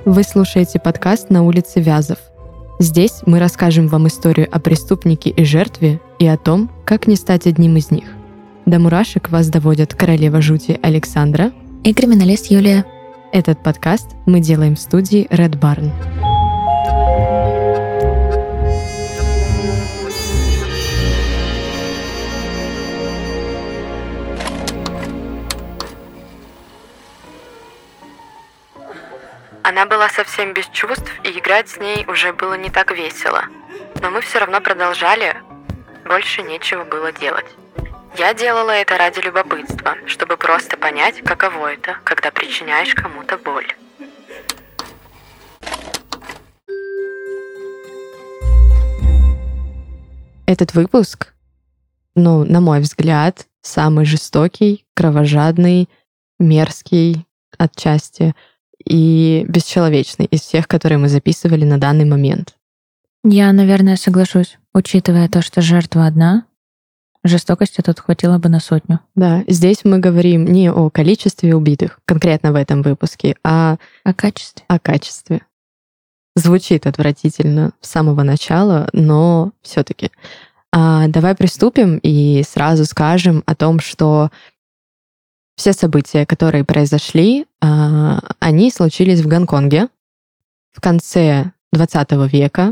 Вы слушаете подкаст «На улице Вязов». Здесь мы расскажем вам историю о преступнике и жертве и о том, как не стать одним из них. До мурашек вас доводят королева жути Александра и криминалист Юлия. Этот подкаст мы делаем в студии Red Barn. Она была совсем без чувств, и играть с ней уже было не так весело. Но мы все равно продолжали, больше нечего было делать. Я делала это ради любопытства, чтобы просто понять, каково это, когда причиняешь кому-то боль. Этот выпуск, на мой взгляд, самый жестокий, кровожадный, мерзкий отчасти и бесчеловечный из всех, которые мы записывали на данный момент. Я, наверное, соглашусь, учитывая то, что жертва одна, жестокости тут хватило бы на 100. Да, здесь мы говорим не о количестве убитых, конкретно в этом выпуске, а о качестве. О качестве. Звучит отвратительно с самого начала, но все-таки. Давай приступим и сразу скажем о том, что все события, которые произошли, они случились в Гонконге в конце 20 века.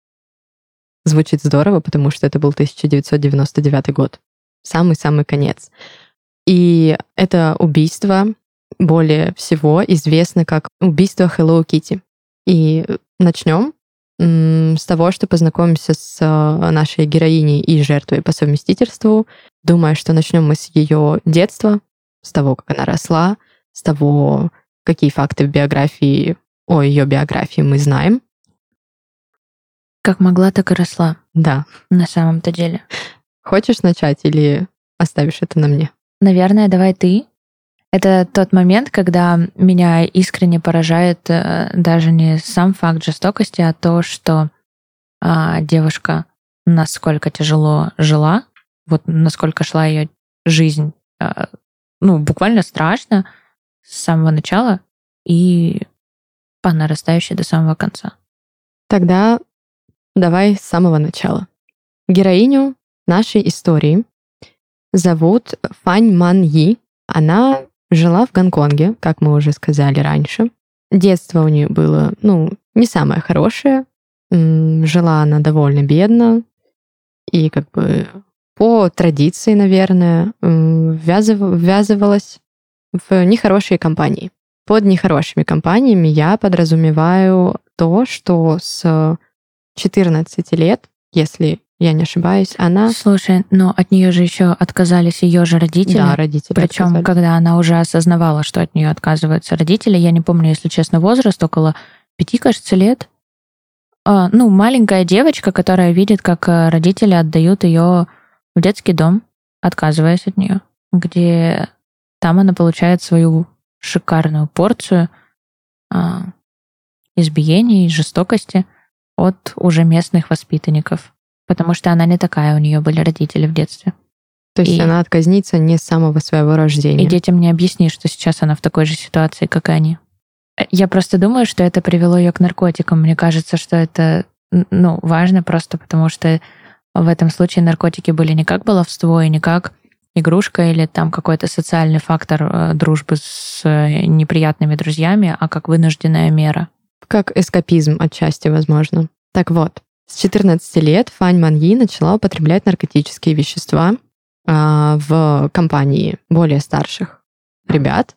Звучит здорово, потому что это был 1999 год. Самый-самый конец. И это убийство более всего известно как убийство Hello Kitty. И начнем с того, что познакомимся с нашей героиней и жертвой по совместительству. Думаю, что начнем мы с ее детства, с того, как она росла, с того, какие факты о ее биографии мы знаем. Как могла, так и росла. Да. На самом-то деле. Хочешь начать или оставишь это на мне? Наверное, давай ты. Это тот момент, когда меня искренне поражает даже не сам факт жестокости, а то, что девушка насколько тяжело жила, вот насколько шла ее жизнь, буквально страшно с самого начала и по нарастающей до самого конца. Тогда давай с самого начала. Героиню нашей истории зовут Фань Ман Yi. Она жила в Гонконге, как мы уже сказали раньше. Детство у нее было, не самое хорошее. Жила она довольно бедно. И по традиции, наверное, ввязывалась в нехорошие компании. Под нехорошими компаниями я подразумеваю то, что с 14 лет, если я не ошибаюсь, она... Слушай, но от нее же еще отказались ее же родители. Да, родители. Причем, отказались. Когда она уже осознавала, что от нее отказываются родители, я не помню, если честно, возраст, около 5, кажется, лет. Маленькая девочка, которая видит, как родители отдают ее в детский дом, отказываясь от нее, где там она получает свою шикарную порцию избиений и жестокости от уже местных воспитанников. Потому что она не такая, у нее были родители в детстве. То есть она отказница не с самого своего рождения. И детям не объясни, что сейчас она в такой же ситуации, как и они. Я просто думаю, что это привело ее к наркотикам. Мне кажется, что это важно просто потому, что в этом случае наркотики были не как баловство и не как игрушка или там какой-то социальный фактор дружбы с неприятными друзьями, а как вынужденная мера. Как эскапизм отчасти, возможно. Так вот, с 14 лет Фань Ман Yi начала употреблять наркотические вещества в компании более старших ребят.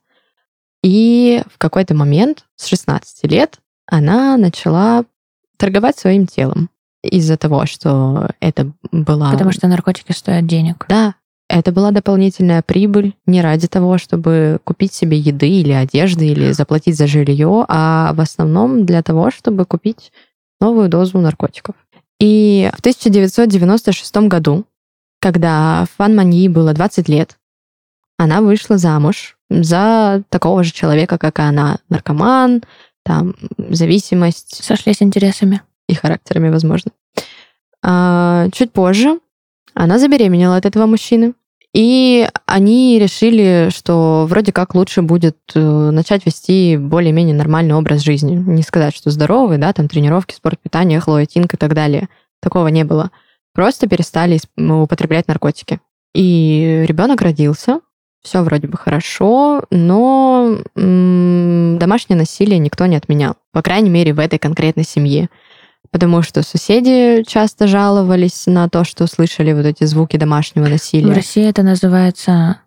И в какой-то момент, с 16 лет, она начала торговать своим телом. Из-за того, что это была... Потому что наркотики стоят денег. Да, это была дополнительная прибыль не ради того, чтобы купить себе еды или одежды, или заплатить за жилье, а в основном для того, чтобы купить новую дозу наркотиков. И в 1996 году, когда Фан Ман Yi было 20 лет, она вышла замуж за такого же человека, как и она. Наркоман, зависимость. Сошлись интересами. И характерами, возможно. Чуть позже она забеременела от этого мужчины И они решили, что вроде как лучше будет начать вести более-менее нормальный образ жизни. Не сказать, что здоровый, да, там тренировки, спорт, питание, хлоя-тинг и так далее. Такого не было. Просто перестали употреблять наркотики. И ребенок родился, все вроде бы хорошо, но домашнее насилие никто не отменял. По крайней мере, в этой конкретной семье. Потому что соседи часто жаловались на то, что слышали вот эти звуки домашнего насилия. В России это называется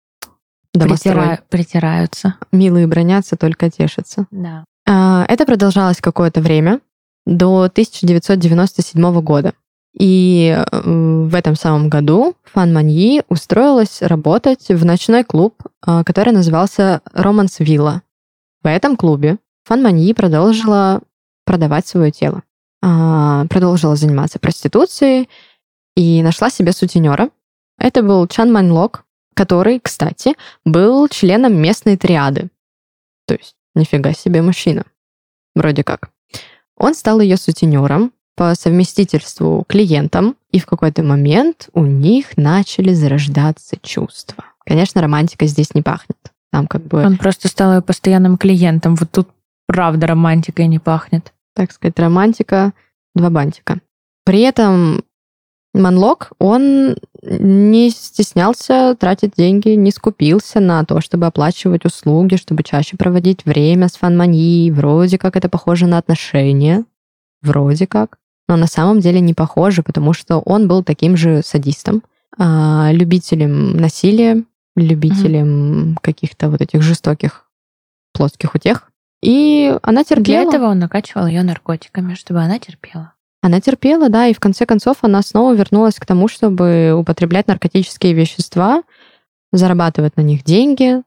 Домострой. притираются. Милые бронятся, только тешатся. Да. Это продолжалось какое-то время, до 1997 года. И в этом самом году Фан Маньи устроилась работать в ночной клуб, который назывался Романс Вилла. В этом клубе Фан Маньи продолжила продавать свое тело. Продолжила заниматься проституцией и нашла себе сутенера. Это был Чан Мань Лок, который, кстати, был членом местной триады. То есть, нифига себе мужчина. Вроде как. Он стал ее сутенером, по совместительству клиентом, и в какой-то момент у них начали зарождаться чувства. Конечно, романтика здесь не пахнет. Там как бы... Он просто стал ее постоянным клиентом. Вот тут правда романтикой не пахнет. Так сказать, романтика, два бантика. При этом Манлок, он не стеснялся тратить деньги, не скупился на то, чтобы оплачивать услуги, чтобы чаще проводить время с Фан Маньи. Вроде как это похоже на отношения. Вроде как. Но на самом деле не похоже, потому что он был таким же садистом, любителем насилия, любителем каких-то вот этих жестоких плотских утех. И она терпела. Для этого он накачивал ее наркотиками, чтобы она терпела. Она терпела, да, и в конце концов она снова вернулась к тому, чтобы употреблять наркотические вещества, зарабатывать на них деньги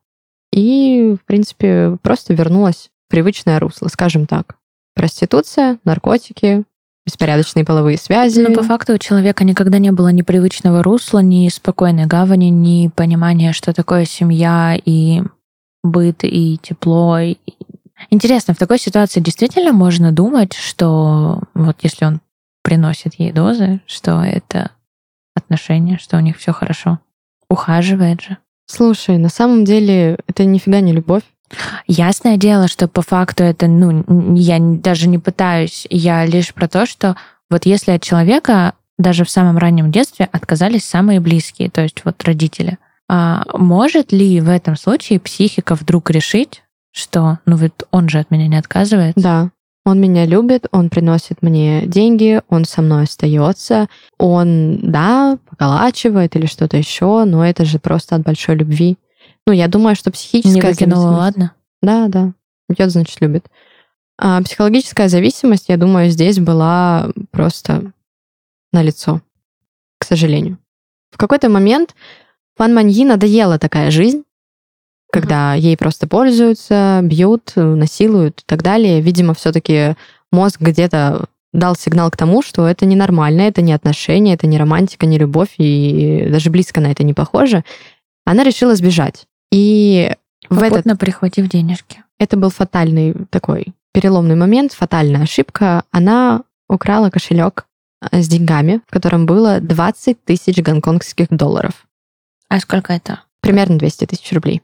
и, в принципе, просто вернулась в привычное русло, скажем так. Проституция, наркотики, беспорядочные половые связи. Но по факту у человека никогда не было ни привычного русла, ни спокойной гавани, ни понимания, что такое семья и быт, и тепло. Интересно, в такой ситуации действительно можно думать, что вот если он приносит ей дозы, что это отношения, что у них все хорошо. Ухаживает же. Слушай, на самом деле это нифига не любовь. Ясное дело, что по факту это, я даже не пытаюсь, я лишь про то, что вот если от человека даже в самом раннем детстве отказались самые близкие, то есть вот родители, может ли в этом случае психика вдруг решить, что, вот он же от меня не отказывается? Да, он меня любит, он приносит мне деньги, он со мной остается, он, да, поколачивает или что-то еще, но это же просто от большой любви. Я думаю, что психическая не выкинула, зависимость... ладно? Да, бьет, значит, любит. А психологическая зависимость, я думаю, здесь была просто налицо, к сожалению. В какой-то момент Фан Маньи надоела такая жизнь, когда ей просто пользуются, бьют, насилуют и так далее. Видимо, все-таки мозг где-то дал сигнал к тому, что это ненормально, это не отношения, это не романтика, не любовь, и даже близко на это не похоже. Она решила сбежать. И попутно прихватив денежки. Это был фатальный такой переломный момент, фатальная ошибка. Она украла кошелек с деньгами, в котором было 20 тысяч гонконгских долларов. А сколько это? Примерно 200 тысяч рублей.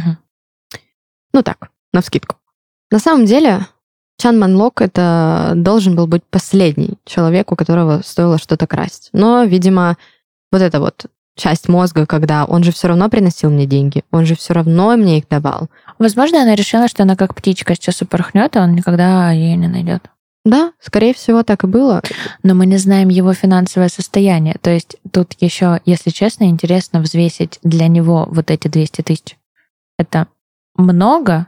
Угу. Так, навскидку. На самом деле, Чан Мань Лок это должен был быть последний человек, у которого стоило что-то красть. Но, видимо, вот эта вот часть мозга, когда он же все равно приносил мне деньги, он же все равно мне их давал. Возможно, она решила, что она как птичка сейчас упорхнет, а он никогда ее не найдет. Да, скорее всего, так и было. Но мы не знаем его финансовое состояние. То есть тут еще, если честно, интересно взвесить для него вот эти 200 тысяч. Это много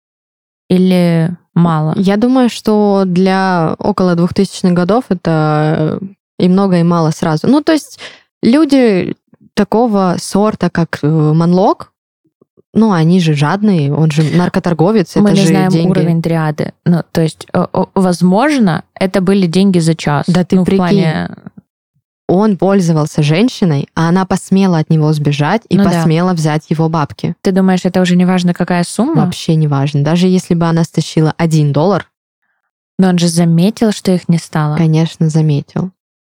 или мало? Я думаю, что для около 2000-х годов это и много, и мало сразу. То есть люди такого сорта, как Манлок, они же жадные, он же наркоторговец, мы это не же знаем деньги. Уровень триады. То есть, возможно, это были деньги за час. Да ты прикинь. Он пользовался женщиной, а она посмела от него сбежать и посмела взять его бабки. Ты думаешь, это уже не важно, какая сумма? Вообще не важно. Даже если бы она стащила $1. Но он же заметил, что их не стало. Конечно, заметил.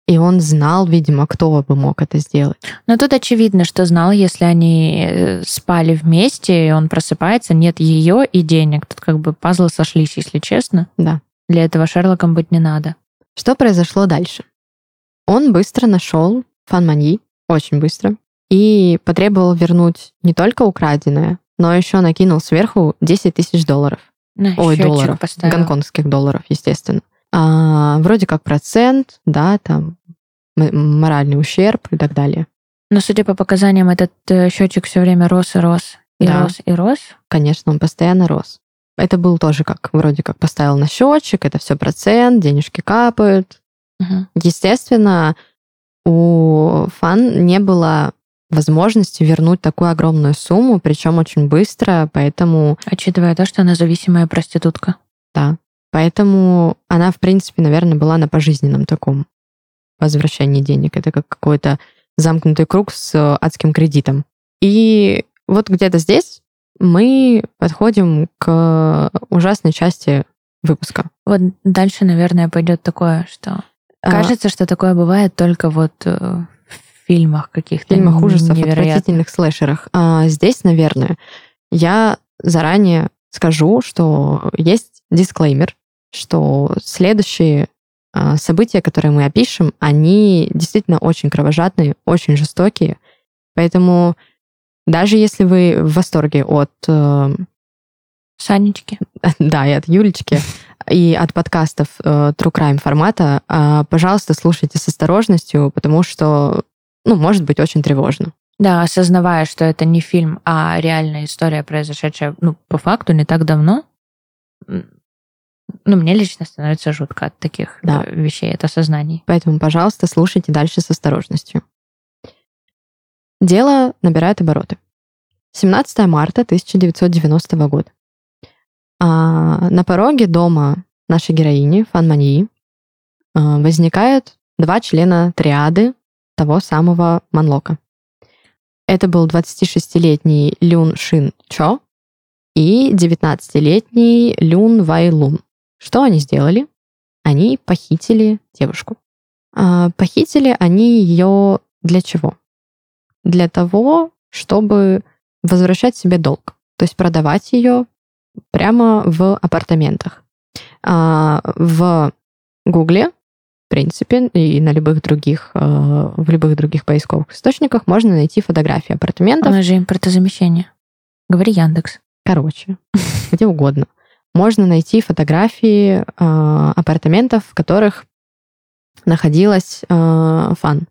И он знал, видимо, кто бы мог это сделать. Но тут очевидно, что знал, если они спали вместе, и он просыпается, нет ее и денег. Тут как бы пазлы сошлись, если честно. Да. Для этого Шерлоком быть не надо. Что произошло дальше? Он быстро нашел Фан Маньи, очень быстро, и потребовал вернуть не только украденное, но еще накинул сверху $10 тысяч. Ой, долларов. Поставил. Гонконгских долларов, естественно. Вроде как процент, да, там моральный ущерб и так далее. Но, судя по показаниям, этот счетчик все время рос и рос, и Да. рос, и рос. Конечно, он постоянно рос. Это был тоже как, вроде как поставил на счетчик, это все процент, денежки капают. Угу. Естественно, у Фан не было возможности вернуть такую огромную сумму, причем очень быстро, поэтому... Учитывая то, что она зависимая проститутка. Да. Поэтому она, в принципе, наверное, была на пожизненном таком возвращении денег. Это как какой-то замкнутый круг с адским кредитом. И вот где-то здесь мы подходим к ужасной части выпуска. Вот дальше, наверное, пойдет такое, что... Кажется, что такое бывает только вот в фильмах каких-то В фильмах ужасов, невероятных. отвратительных слэшерах. А здесь, наверное, я заранее скажу, что есть дисклеймер, что следующие события, которые мы опишем, они действительно очень кровожадные, очень жестокие. Поэтому даже если вы в восторге от... Санечки. Да, и от Юлечки, и от подкастов True Crime формата, пожалуйста, слушайте с осторожностью, потому что, может быть очень тревожно. Да, осознавая, что это не фильм, а реальная история, произошедшая, по факту, не так давно, мне лично становится жутко от таких вещей, от осознаний. Поэтому, пожалуйста, слушайте дальше с осторожностью. Дело набирает обороты. 17 марта 1990 года. На пороге дома нашей героини, Фан Маньи, возникают 2 члена триады того самого Манлока. Это был 26-летний Люн Шин Чо и 19-летний Люн Вай Лун. Что они сделали? Они похитили девушку. Похитили они ее для чего? Для того, чтобы возвращать себе долг. То есть продавать ее прямо в апартаментах. В Гугле, в принципе, и на любых других, в любых других поисковых источниках можно найти фотографии апартаментов. У нас же импортозамещение. Говори Яндекс. Короче, где угодно. Можно найти фотографии апартаментов, в которых находилась Фан.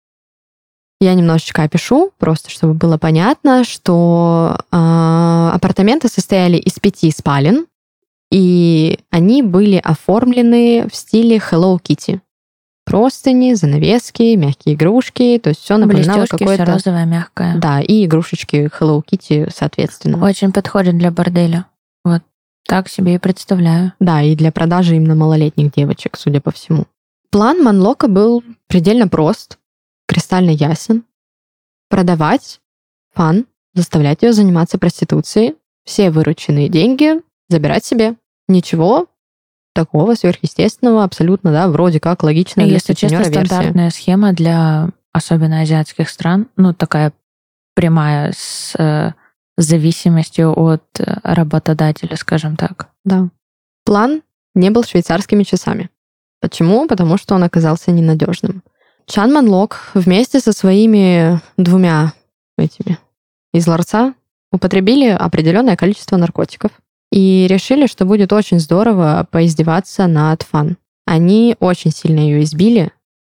Я немножечко опишу, просто чтобы было понятно, что апартаменты состояли из 5 спален, и они были оформлены в стиле Hello Kitty. Простыни, занавески, мягкие игрушки, то есть все напоминало какое-то... Всё розовое, мягкое. Да, и игрушечки Hello Kitty, соответственно. Очень подходит для борделя. Вот так себе и представляю. Да, и для продажи именно малолетних девочек, судя по всему. План Манлока был предельно прост, кристально ясен. Продавать Фан, заставлять ее заниматься проституцией, все вырученные деньги забирать себе. Ничего такого сверхъестественного, абсолютно, да, вроде как логичная для если честно, сутенера версия. Стандартная схема для особенно азиатских стран, такая прямая с зависимостью от работодателя, скажем так. Да. План не был швейцарскими часами. Почему? Потому что он оказался ненадежным. Чан Манлок вместе со своими 2 этими из ларца употребили определенное количество наркотиков и решили, что будет очень здорово поиздеваться над Фан. Они очень сильно ее избили,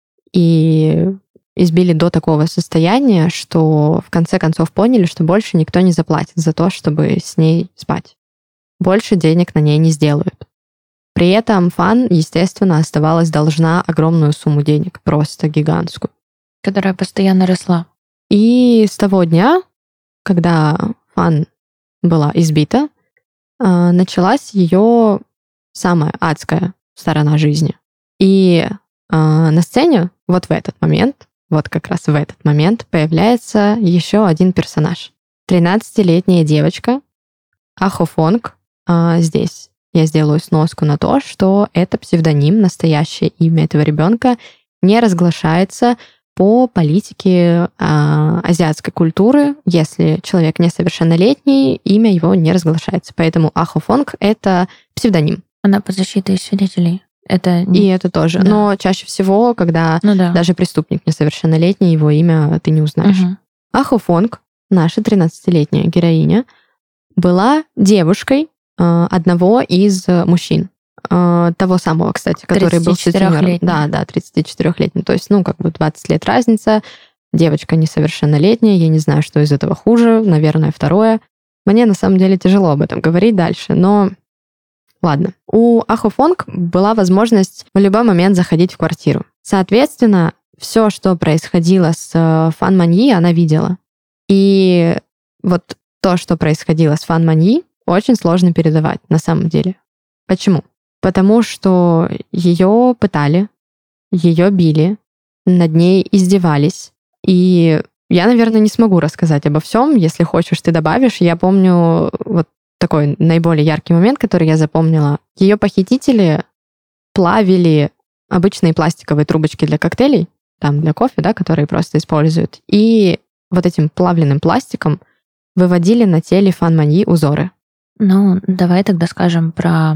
и избили до такого состояния, что в конце концов поняли, что больше никто не заплатит за то, чтобы с ней спать. Больше денег на ней не сделают. При этом Фан, естественно, оставалась должна огромную сумму денег, просто гигантскую. Которая постоянно росла. И с того дня, когда Фан была избита, началась ее самая адская сторона жизни. И на сцене вот в этот момент, вот как раз в этот момент появляется еще один персонаж. 13-летняя девочка Ахо Фонг. Здесь я сделаю сноску на то, что это псевдоним, настоящее имя этого ребенка не разглашается по политике азиатской культуры. Если человек несовершеннолетний, имя его не разглашается. Поэтому Ахо Фонг — это псевдоним. Она под защитой свидетелей. И это тоже. Да. Но чаще всего, когда даже преступник несовершеннолетний, его имя ты не узнаешь. Ахо Фонг, наша 13-летняя героиня, была девушкой одного из мужчин. Того самого, кстати, который был сутенером. Да, 34-летний. То есть, 20 лет разница. Девочка несовершеннолетняя. Я не знаю, что из этого хуже. Наверное, второе. Мне, на самом деле, тяжело об этом говорить дальше, но ладно. У Ахо Фонг была возможность в любой момент заходить в квартиру. Соответственно, все, что происходило с Фан Маньи, она видела. И вот то, что происходило с Фан Маньи, очень сложно передавать на самом деле. Почему? Потому что ее пытали, ее били, над ней издевались. И я, наверное, не смогу рассказать обо всем. Если хочешь, ты добавишь. Я помню вот такой наиболее яркий момент, который я запомнила. Ее похитители плавили обычные пластиковые трубочки для коктейлей, там для кофе, да, которые просто используют. И вот этим плавленным пластиком выводили на теле Фан Маньи узоры. Давай тогда скажем про...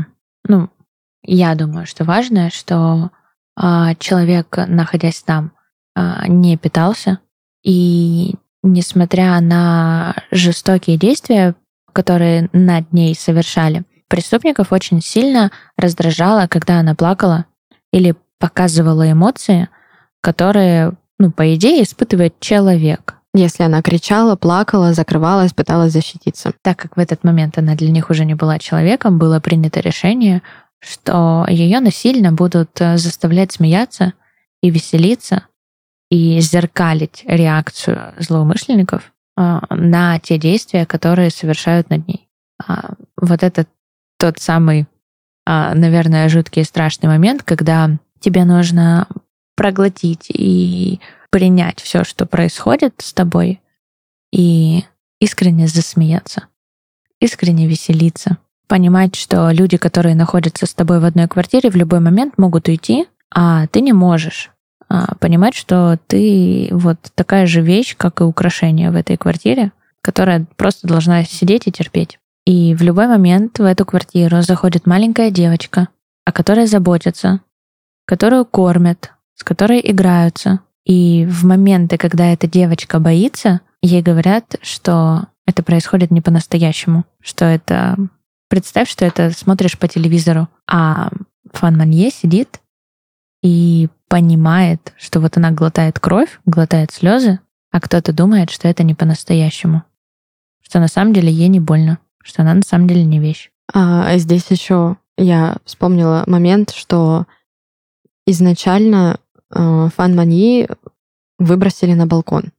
я думаю, что важно, что человек, находясь там, не питался. И несмотря на жестокие действия, которые над ней совершали, преступников очень сильно раздражало, когда она плакала или показывала эмоции, которые, по идее, испытывает человек. Если она кричала, плакала, закрывалась, пыталась защититься. Так как в этот момент она для них уже не была человеком, было принято решение, что ее насильно будут заставлять смеяться и веселиться, и зеркалить реакцию злоумышленников на те действия, которые совершают над ней. Вот это тот самый, наверное, жуткий и страшный момент, когда тебе нужно проглотить и принять все, что происходит с тобой, и искренне засмеяться, искренне веселиться, понимать, что люди, которые находятся с тобой в одной квартире, в любой момент могут уйти, а ты не можешь. Понимать, что ты вот такая же вещь, как и украшение в этой квартире, которая просто должна сидеть и терпеть. И в любой момент в эту квартиру заходит маленькая девочка, о которой заботятся, которую кормят, с которой играются. И в моменты, когда эта девочка боится, ей говорят, что это происходит не по-настоящему, что это... Представь, что это смотришь по телевизору, а Фан Маньи сидит и понимает, что вот она глотает кровь, глотает слезы, а кто-то думает, что это не по-настоящему, что на самом деле ей не больно, что она на самом деле не вещь. Здесь еще я вспомнила момент, что изначально Фан Маньи выбросили на балкон,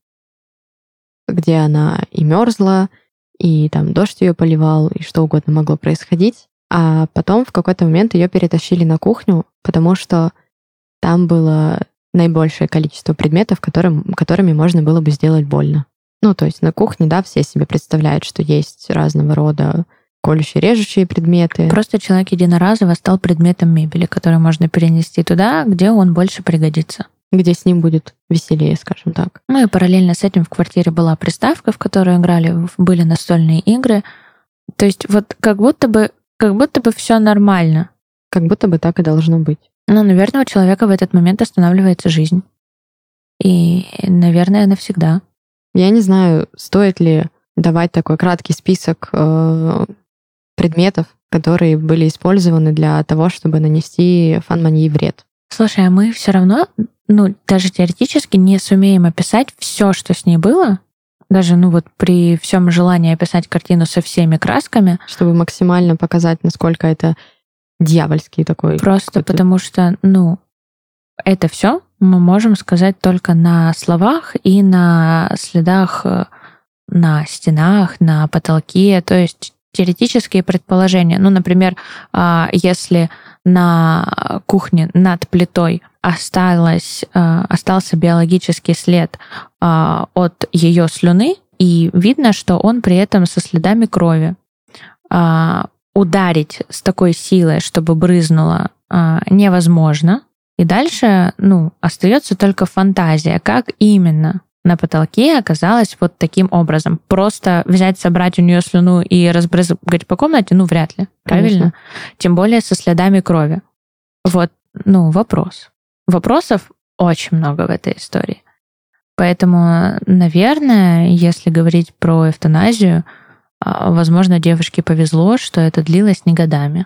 где она и мерзла, и там дождь ее поливал, и что угодно могло происходить. А потом в какой-то момент ее перетащили на кухню, потому что там было наибольшее количество предметов, которыми можно было бы сделать больно. То есть на кухне, да, все себе представляют, что есть разного рода колющие, режущие предметы. Просто человек единоразово стал предметом мебели, который можно перенести туда, где он больше пригодится. Где с ним будет веселее, скажем так. И параллельно с этим в квартире была приставка, в которой были настольные игры. То есть вот как будто бы все нормально. Как будто бы так и должно быть. Наверное, у человека в этот момент останавливается жизнь. И, наверное, навсегда. Я не знаю, стоит ли давать такой краткий список предметов, которые были использованы для того, чтобы нанести Фан Маньи вред. Слушай, а мы все равно, даже теоретически не сумеем описать все, что с ней было, даже, при всем желании описать картину со всеми красками. Чтобы максимально показать, насколько это дьявольский такой. Просто потому что, это все мы можем сказать только на словах и на следах на стенах, на потолке, то есть теоретические предположения. Например, если на кухне над плитой остался биологический след от ее слюны, и видно, что он при этом со следами крови. Ударить с такой силой, чтобы брызнуло, невозможно. И дальше, остается только фантазия, как именно на потолке оказалось вот таким образом. Просто взять, собрать у нее слюну и разбрызгать по комнате, вряд ли. Правильно? Конечно. Тем более со следами крови. Вот, вопрос. Вопросов очень много в этой истории. Поэтому, наверное, если говорить про эвтаназию, возможно, девушке повезло, что это длилось не годами.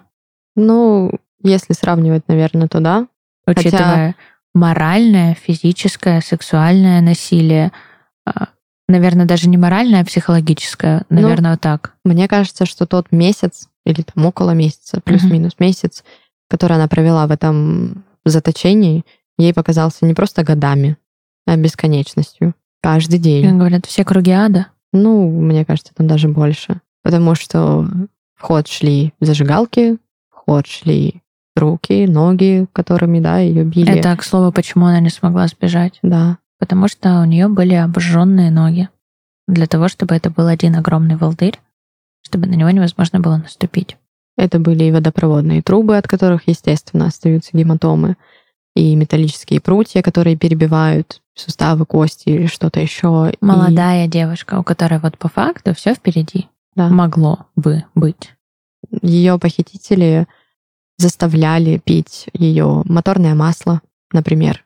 Если сравнивать, наверное, то да. Учитывая моральное, физическое, сексуальное насилие. Наверное, даже не моральное, а психологическое. Наверное, вот так. Мне кажется, что тот месяц, или там около месяца, плюс-минус месяц, который она провела в этом заточении, ей показался не просто годами, а бесконечностью. Каждый день. Как говорят, все круги ада. Мне кажется, там даже больше. Потому что в ход шли зажигалки, в ход шли руки, ноги, которыми, ее били. Это, к слову, почему она не смогла сбежать. Да. Потому что у нее были обожженные ноги. Для того, чтобы это был один огромный волдырь, чтобы на него невозможно было наступить. Это были и водопроводные трубы, от которых, естественно, остаются гематомы, и металлические прутья, которые перебивают суставы, кости или что-то еще. Молодая девушка, у которой вот по факту все впереди. Да. Могло бы быть. Ее похитители заставляли пить ее моторное масло, например,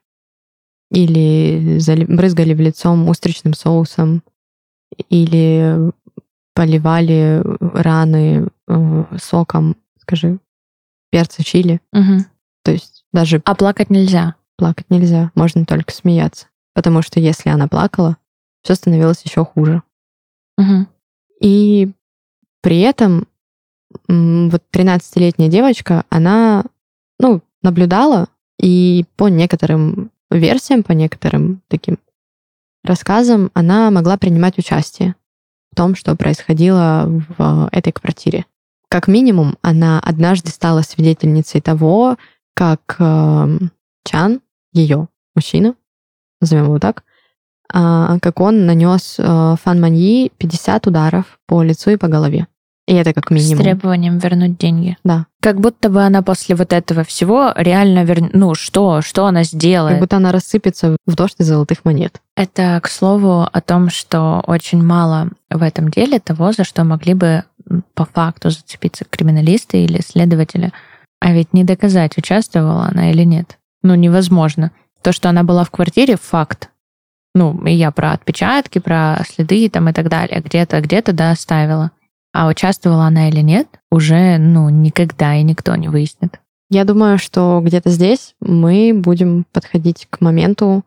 или брызгали в лицо устричным соусом, или поливали раны соком, перца чили. Угу. То есть даже... А плакать нельзя? Плакать нельзя, можно только смеяться. Потому что если она плакала, все становилось еще хуже. Угу. И при этом 13-летняя девочка, она наблюдала, и по некоторым версиям, по некоторым таким рассказам, она могла принимать участие в том, что происходило в этой квартире. Как минимум, она однажды стала свидетельницей того, как Чан, ее мужчина, назовем его так, как он нанес Фан Маньи 50 ударов по лицу и по голове. И это как минимум. С требованием вернуть деньги. Да. Как будто бы она после вот этого всего реально что она сделает? Как будто она рассыпется в дождь из золотых монет. Это, к слову, о том, что очень мало в этом деле того, за что могли бы по факту зацепиться криминалисты или следователи. А ведь не доказать, участвовала она или нет. Невозможно. То, что она была в квартире, факт. И я про отпечатки, про следы и так далее. Где-то, да, оставила. А участвовала она или нет, уже, никогда и никто не выяснит. Я думаю, что где-то здесь мы будем подходить к моменту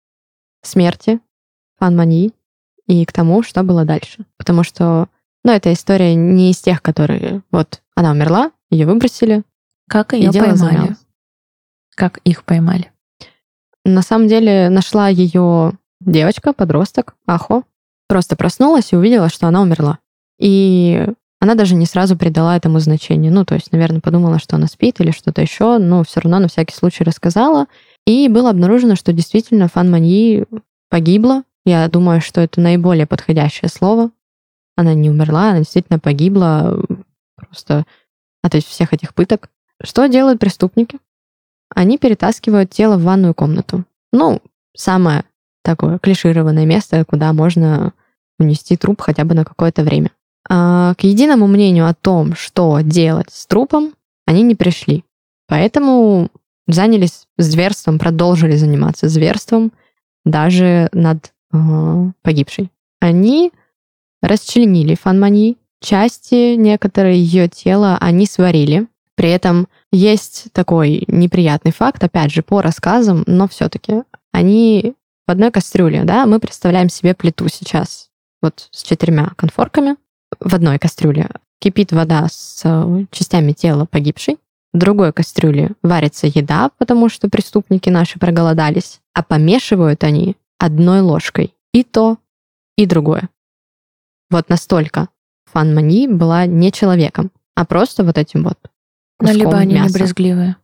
смерти Фан Маньи и к тому, что было дальше. Потому что, эта история не из тех, которые... она умерла, ее выбросили. Как ее поймали? Как их поймали? На самом деле нашла ее девочка, подросток, Ахо. Просто проснулась и увидела, что она умерла. И она даже не сразу придала этому значение. То есть, наверное, подумала, что она спит или что-то еще, но все равно на всякий случай рассказала. И было обнаружено, что действительно Фан Маньи погибла. Я думаю, что это наиболее подходящее слово. Она не умерла, она действительно погибла просто от всех этих пыток. Что делают преступники? Они перетаскивают тело в ванную комнату. Самое такое клишированное место, куда можно унести труп хотя бы на какое-то время. К единому мнению о том, что делать с трупом, они не пришли. Поэтому занялись зверством, продолжили заниматься зверством даже над погибшей. Они расчленили Фан Маньи, части некоторые ее тела они сварили. При этом есть такой неприятный факт, опять же, по рассказам, но все-таки они в одной кастрюле, мы представляем себе плиту сейчас с 4 конфорками. В одной кастрюле кипит вода с частями тела погибшей, в другой кастрюле варится еда, потому что преступники наши проголодались, а помешивают они одной ложкой и то, и другое. Настолько Фан Маньи была не человеком, а просто этим куском либо они мяса. не брезгливые.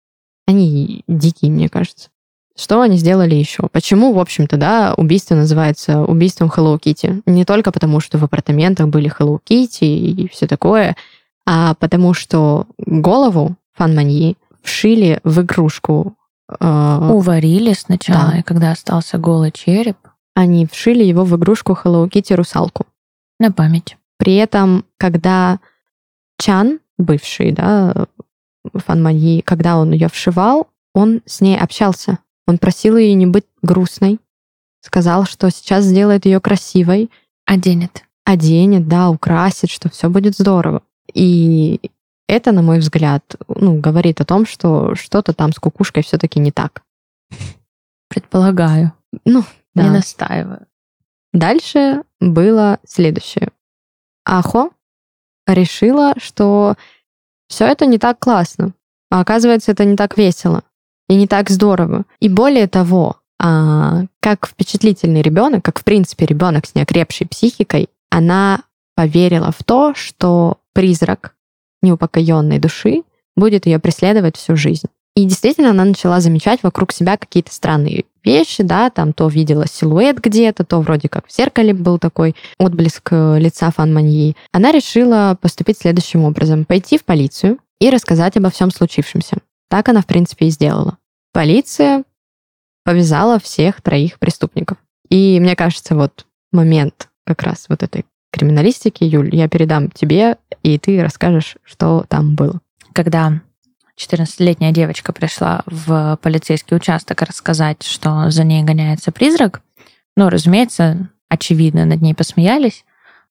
Они дикие, мне кажется. Что они сделали еще? Почему, в общем-то, убийство называется убийством Hello Kitty? Не только потому, что в апартаментах были Hello Kitty и все такое, а потому что голову Фан Маньи вшили в игрушку Уварили сначала, Да. и когда остался голый череп, они вшили его в игрушку Hello Kitty русалку. на память. При этом, когда Чан, бывший, да, Фан Маньи, когда он ее вшивал, он с ней общался. Он просил ее не быть грустной, сказал, что сейчас сделает ее красивой, Оденет. оденет, да, украсит, что все будет здорово. И это, на мой взгляд, говорит о том, что что-то там с кукушкой все-таки не так. Предполагаю. Ну, Не да. настаиваю. Дальше было следующее. Ахо решила, что все это не так классно. А оказывается, это не так весело и не так здорово. И более того, как впечатлительный ребенок, как в принципе ребенок с неокрепшей психикой, она поверила в то, что призрак неупокоенной души будет ее преследовать всю жизнь. И действительно, она начала замечать вокруг себя какие-то странные вещи, да, там то видела силуэт где-то, то вроде как в зеркале был такой отблеск лица Фан Маньи. Она решила поступить следующим образом: пойти в полицию и рассказать обо всем случившемся. Так она, в принципе, и сделала. Полиция повязала всех 3 преступников. И мне кажется, вот момент как раз вот этой криминалистики, Юль, я передам тебе, и ты расскажешь, что там было. Когда 14-летняя девочка пришла в полицейский участок рассказать, что за ней гоняется призрак, разумеется, очевидно, над ней посмеялись,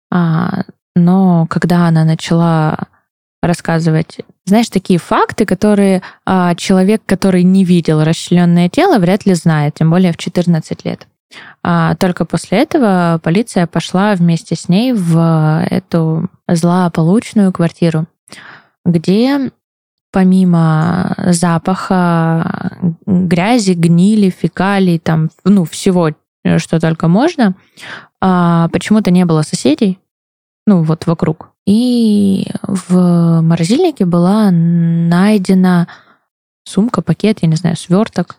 но когда она начала рассказывать, знаешь, такие факты, которые человек, который не видел расчлененное тело, вряд ли знает, тем более в 14 лет. Только после этого полиция пошла вместе с ней в эту злополучную квартиру, где помимо запаха грязи, гнили, фекалий, там, всего, что только можно, почему-то не было соседей, вот вокруг. И в морозильнике была найдена сумка, пакет, я не знаю, сверток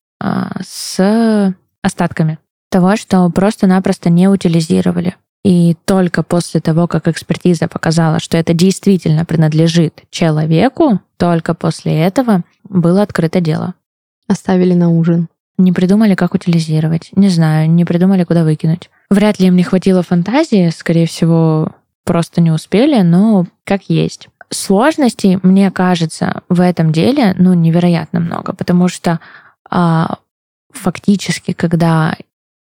с остатками того, что просто-напросто не утилизировали. И только после того, как экспертиза показала, что это действительно принадлежит человеку, только после этого было открыто дело. Оставили на ужин. Не придумали, как утилизировать. Не знаю, не придумали, куда выкинуть. Вряд ли им не хватило фантазии, скорее всего, просто не успели, но как есть. Сложностей, мне кажется, в этом деле, невероятно много, потому что фактически, когда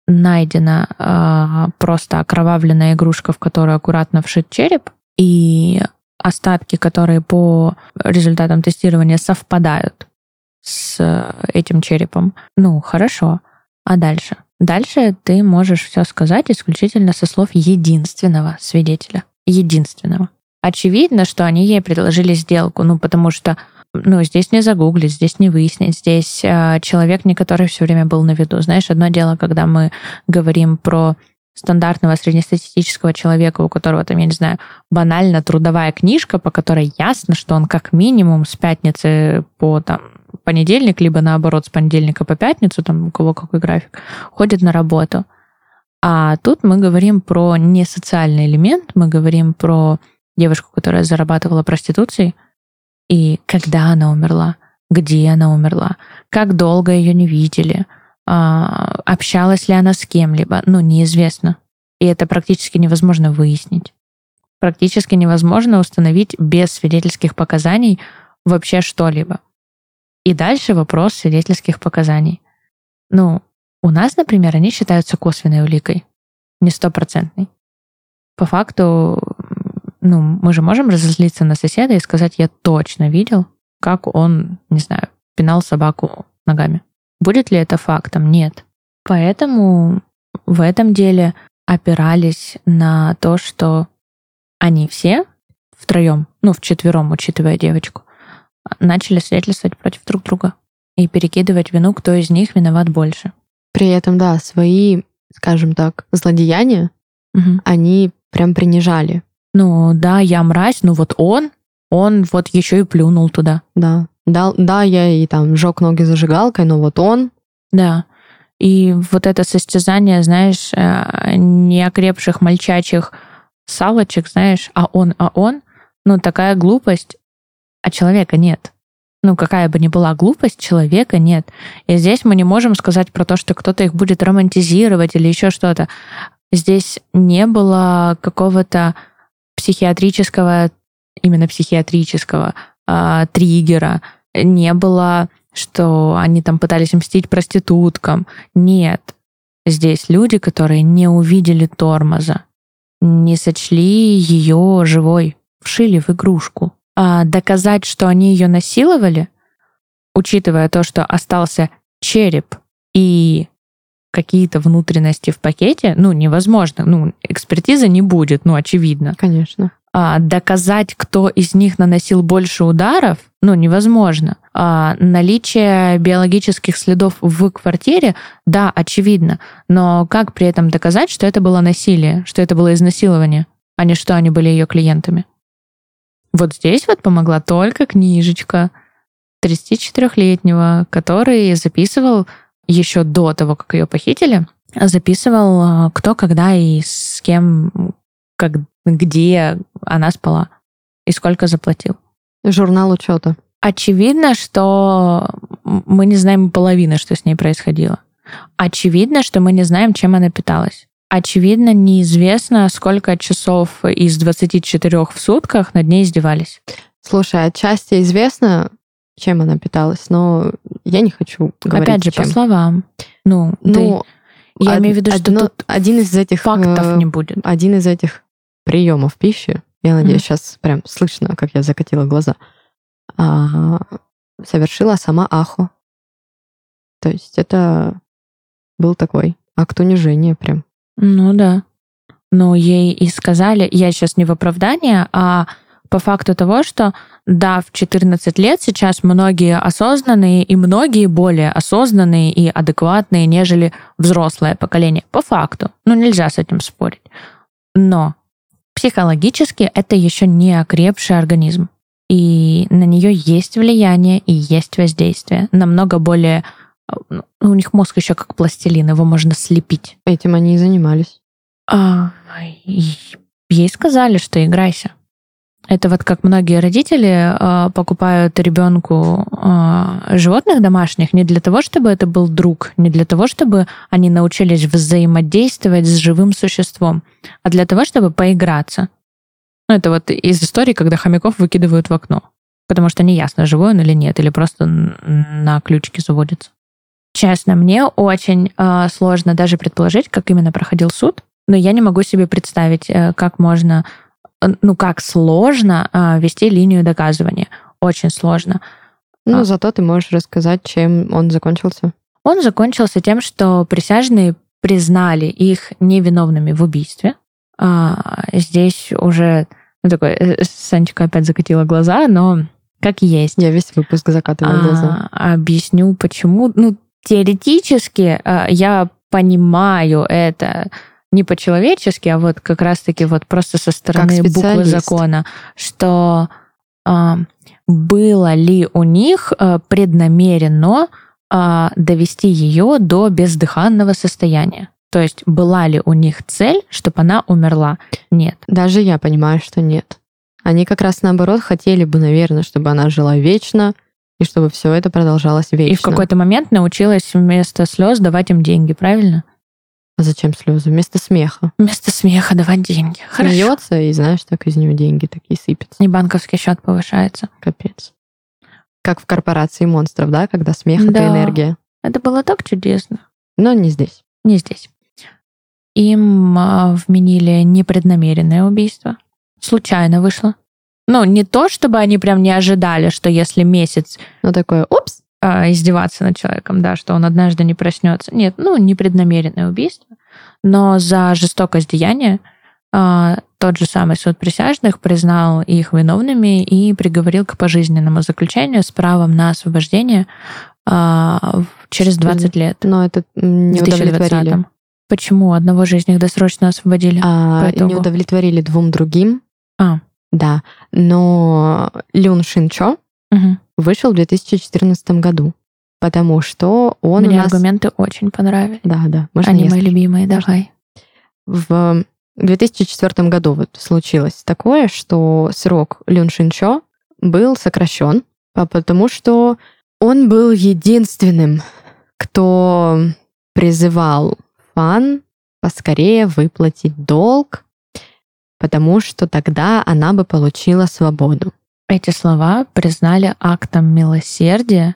найдена просто окровавленная игрушка, в которую аккуратно вшит череп, и остатки, которые по результатам тестирования совпадают с этим черепом, хорошо. А дальше? Дальше ты можешь все сказать исключительно со слов единственного свидетеля. Единственного. Очевидно, что они ей предложили сделку, потому что здесь не загуглить, здесь не выяснить, здесь человек, не который все время был на виду. Знаешь, одно дело, когда мы говорим про стандартного среднестатистического человека, у которого там, я не знаю, банально трудовая книжка, по которой ясно, что он как минимум с пятницы по понедельник, либо наоборот с понедельника по пятницу, там у кого какой график, ходит на работу. А тут мы говорим про несоциальный элемент, мы говорим про девушку, которая зарабатывала проституцией, и когда она умерла, где она умерла, как долго ее не видели, общалась ли она с кем-либо, неизвестно. И это практически невозможно выяснить. Практически невозможно установить без свидетельских показаний вообще что-либо. И дальше вопрос свидетельских показаний. У нас, например, они считаются косвенной уликой, не стопроцентной. По факту, мы же можем разозлиться на соседа и сказать: я точно видел, как он, не знаю, пинал собаку ногами. Будет ли это фактом? Нет. Поэтому в этом деле опирались на то, что они все втроем, вчетвером, учитывая девочку, начали свидетельствовать против друг друга и перекидывать вину, кто из них виноват больше. При этом, да, свои, скажем так, злодеяния они прям принижали. Да, я мразь, вот он вот еще и плюнул туда. Да, я и там жёг ноги зажигалкой, но вот он... Да. И вот это состязание, знаешь, неокрепших мальчачьих салочек, знаешь, а он, такая глупость, а человека нет. какая бы ни была глупость человека, нет. И здесь мы не можем сказать про то, что кто-то их будет романтизировать или еще что-то. Здесь не было какого-то психиатрического триггера. Не было, что они там пытались мстить проституткам. Нет. Здесь люди, которые не увидели тормоза, не сочли ее живой, вшили в игрушку. А доказать, что они ее насиловали, учитывая то, что остался череп и какие-то внутренности в пакете, невозможно. Экспертизы не будет, очевидно. Конечно. Доказать, кто из них наносил больше ударов, невозможно. Наличие биологических следов в квартире, да, очевидно. Но как при этом доказать, что это было насилие, что это было изнасилование, а не что они были ее клиентами? Вот здесь вот помогла только книжечка 34-летнего, который записывал еще до того, как ее похитили, записывал, кто, когда и с кем, где она спала и сколько заплатил. Журнал учета. Очевидно, что мы не знаем половины, что с ней происходило. Очевидно, что мы не знаем, чем она питалась. Очевидно, неизвестно, сколько часов из 24 в сутках над ней издевались. Слушай, отчасти известно, чем она питалась, но я не хочу говорить, опять же, чем. По словам. Я имею в виду, что тут один из этих фактов не будет. Один из этих приемов пищи, я надеюсь, сейчас прям слышно, как я закатила глаза, совершила сама Ахо. То есть это был такой акт унижения прям. Да. Но ей и сказали, я сейчас не в оправдание, а по факту того, что да, в 14 лет сейчас многие осознанные и многие более осознанные и адекватные, нежели взрослое поколение. По факту. Нельзя с этим спорить. Но психологически это еще не окрепший организм. И на нее есть влияние и есть воздействие. Намного более... У них мозг еще как пластилин, его можно слепить. Этим они и занимались. Ей сказали, что играйся. Это вот как многие родители покупают ребенку животных домашних не для того, чтобы это был друг, не для того, чтобы они научились взаимодействовать с живым существом, а для того, чтобы поиграться. Это вот из истории, когда хомяков выкидывают в окно, потому что неясно, живой он или нет, или просто на ключике заводится. Честно, мне очень сложно даже предположить, как именно проходил суд, но я не могу себе представить, как можно... как сложно вести линию доказывания. Очень сложно. Зато ты можешь рассказать, чем он закончился. Он закончился тем, что присяжные признали их невиновными в убийстве. Здесь уже... Санечка опять закатила глаза, но как есть. Я весь выпуск закатываю глаза. Объясню, почему. Теоретически я понимаю это не по-человечески, а вот как раз-таки вот просто со стороны буквы закона, что было ли у них преднамеренно довести ее до бездыханного состояния. То есть была ли у них цель, чтобы она умерла? Нет. Даже я понимаю, что нет. Они как раз наоборот хотели бы, наверное, чтобы она жила вечно, и чтобы все это продолжалось вечно. И в какой-то момент научилась вместо слез давать им деньги, правильно? А зачем слезы? Вместо смеха. Вместо смеха давать деньги. Хорошо. Смеется, и знаешь, так из нее деньги такие сыпятся. И банковский счет повышается. Капец. Как в корпорации монстров, да, когда смех — это энергия. Это было так чудесно. Но не здесь. Не здесь. Им вменили непреднамеренное убийство. Случайно вышло. Не то, чтобы они прям не ожидали, что если месяц... такое, упс! Издеваться над человеком, да, что он однажды не проснется. Нет, непреднамеренное убийство. Но за жестокость деяния тот же самый суд присяжных признал их виновными и приговорил к пожизненному заключению с правом на освобождение через 20 лет. Но это не удовлетворили. Почему? Одного же из них досрочно освободили. Не удовлетворили двум другим. Да. Но Люн Шин-чо вышел в 2014 году, потому что он Мне аргументы очень понравились. Да. Они мои любимые, давай. В 2004 году случилось такое, что срок Люн Шин-чо был сокращен потому что он был единственным, кто призывал Фан поскорее выплатить долг, потому что тогда она бы получила свободу. Эти слова признали актом милосердия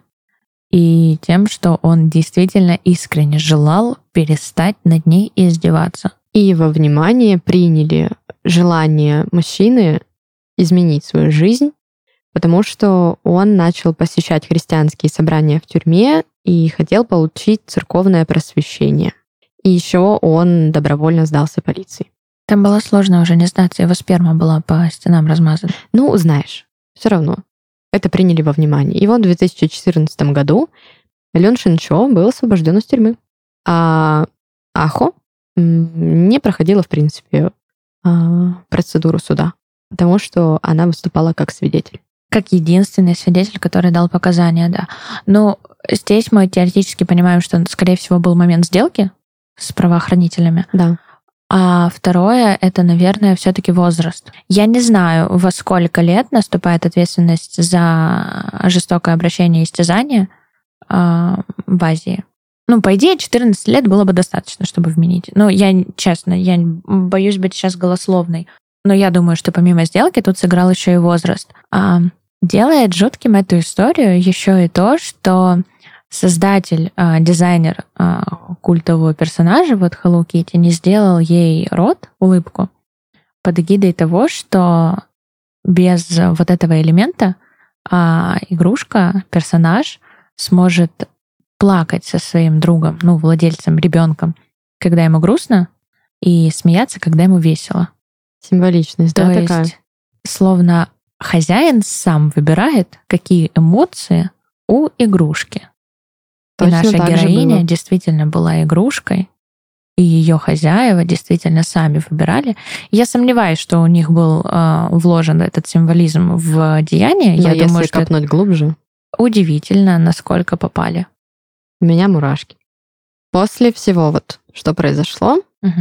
и тем, что он действительно искренне желал перестать над ней издеваться. И во внимание приняли желание мужчины изменить свою жизнь, потому что он начал посещать христианские собрания в тюрьме и хотел получить церковное просвещение. И еще он добровольно сдался полиции. Там было сложно уже не сдаться, его сперма была по стенам размазана. Ну, знаешь, все равно. Это приняли во внимание. И вот в 2014 году Лён Шинчо был освобожден из тюрьмы. А Ахо не проходила, в принципе, процедуру суда, потому что она выступала как свидетель. Как единственный свидетель, который дал показания, да. Но здесь мы теоретически понимаем, что, скорее всего, был момент сделки с правоохранителями. Да. А второе, это, наверное, все-таки возраст. Я не знаю, во сколько лет наступает ответственность за жестокое обращение и истязание в Азии. Ну, по идее, 14 лет было бы достаточно, чтобы вменить. Ну, честно, я боюсь быть сейчас голословной. Но я думаю, что помимо сделки тут сыграл еще и возраст. Делает жутким эту историю еще и то, что создатель, дизайнер культового персонажа, вот Hello Kitty, не сделал ей рот, улыбку, под эгидой того, что без вот этого элемента игрушка, персонаж сможет плакать со своим другом, ну, владельцем, ребенком, когда ему грустно, и смеяться, когда ему весело. Символичность, да, такая? То есть, словно хозяин сам выбирает, какие эмоции у игрушки. И Точно наша так же героиня было. действительно была игрушкой, и ее хозяева действительно сами выбирали. Я сомневаюсь, что у них был вложен этот символизм в деяние. Но Я если думаю, что копнуть глубже, удивительно, насколько попали. у меня мурашки. После всего вот, что произошло,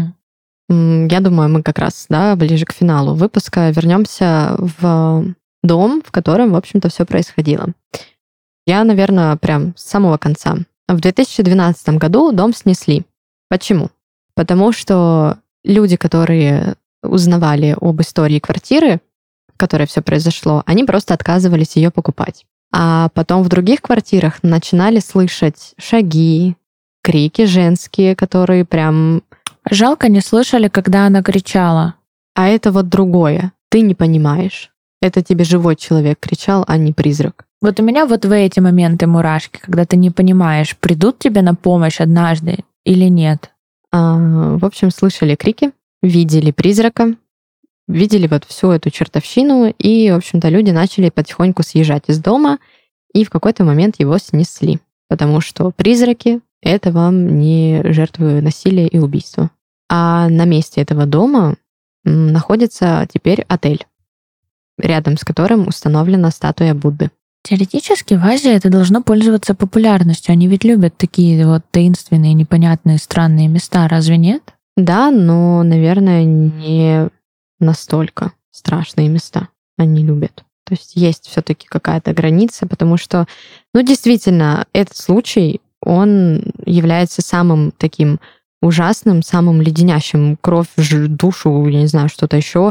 я думаю, мы как раз, да, ближе к финалу выпуска вернемся в дом, в котором, в общем-то, все происходило. Я, наверное, прям с самого конца. В 2012 году дом снесли. Почему? Потому что люди, которые узнавали об истории квартиры, в которой все произошло, они просто отказывались ее покупать. А потом в других квартирах начинали слышать шаги, крики женские, которые прям... Жалко, не слышали, когда она кричала. А это вот другое. Ты не понимаешь. Это тебе живой человек кричал, а не призрак. Вот у меня вот в эти моменты мурашки, когда ты не понимаешь, придут тебе на помощь однажды или нет. В общем, слышали крики, видели призрака, видели вот всю эту чертовщину, и, в общем-то, люди начали потихоньку съезжать из дома, и в какой-то момент его снесли, потому что призраки — это вам не жертвы насилия и убийства. А на месте этого дома находится теперь отель, рядом с которым установлена статуя Будды. Теоретически в Азии это должно пользоваться популярностью. Они ведь любят такие вот таинственные, непонятные, странные места, разве нет? Да, но, наверное, не настолько страшные места они любят. То есть все-таки какая-то граница, потому что, ну, действительно, этот случай, он является самым таким ужасным, самым леденящим кровь, душу, я не знаю, что-то еще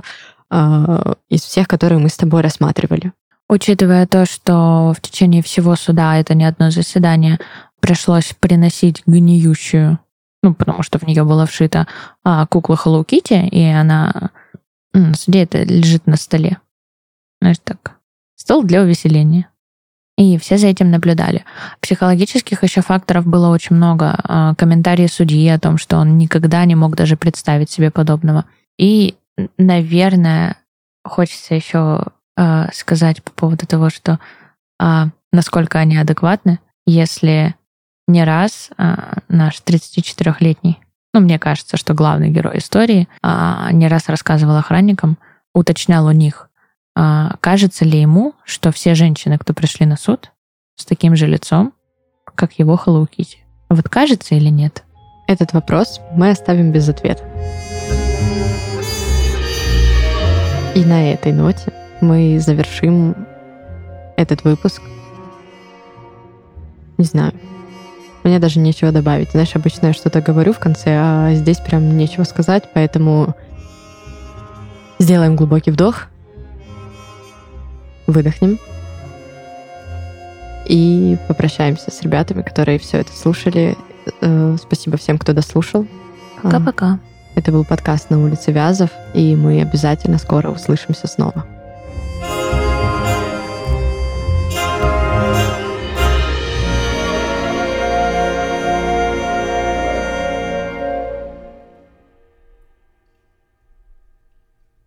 из всех, которые мы с тобой рассматривали. Учитывая то, что в течение всего суда, это не одно заседание, пришлось приносить гниющую, ну, потому что в нее была вшита кукла Hello Kitty, и она на суде это лежит на столе. Знаешь, так, стол для увеселения. И все за этим наблюдали. Психологических еще факторов было очень много. Комментарии судьи о том, что он никогда не мог даже представить себе подобного. И, наверное, хочется еще сказать по поводу того, что насколько они адекватны, если не раз наш 34-летний, ну, мне кажется, что главный герой истории, не раз рассказывал охранникам, уточнял у них, кажется ли ему, что все женщины, кто пришли на суд, с таким же лицом, как его Hello Kitty. Вот кажется или нет? Этот вопрос мы оставим без ответа. И на этой ноте мы завершим этот выпуск. Не знаю. Мне даже нечего добавить. Знаешь, обычно я что-то говорю в конце, а здесь прям нечего сказать, поэтому сделаем глубокий вдох, выдохнем и попрощаемся с ребятами, которые все это слушали. Спасибо всем, кто дослушал. Пока-пока. Это был подкаст «На улице Вязов», и мы обязательно скоро услышимся снова.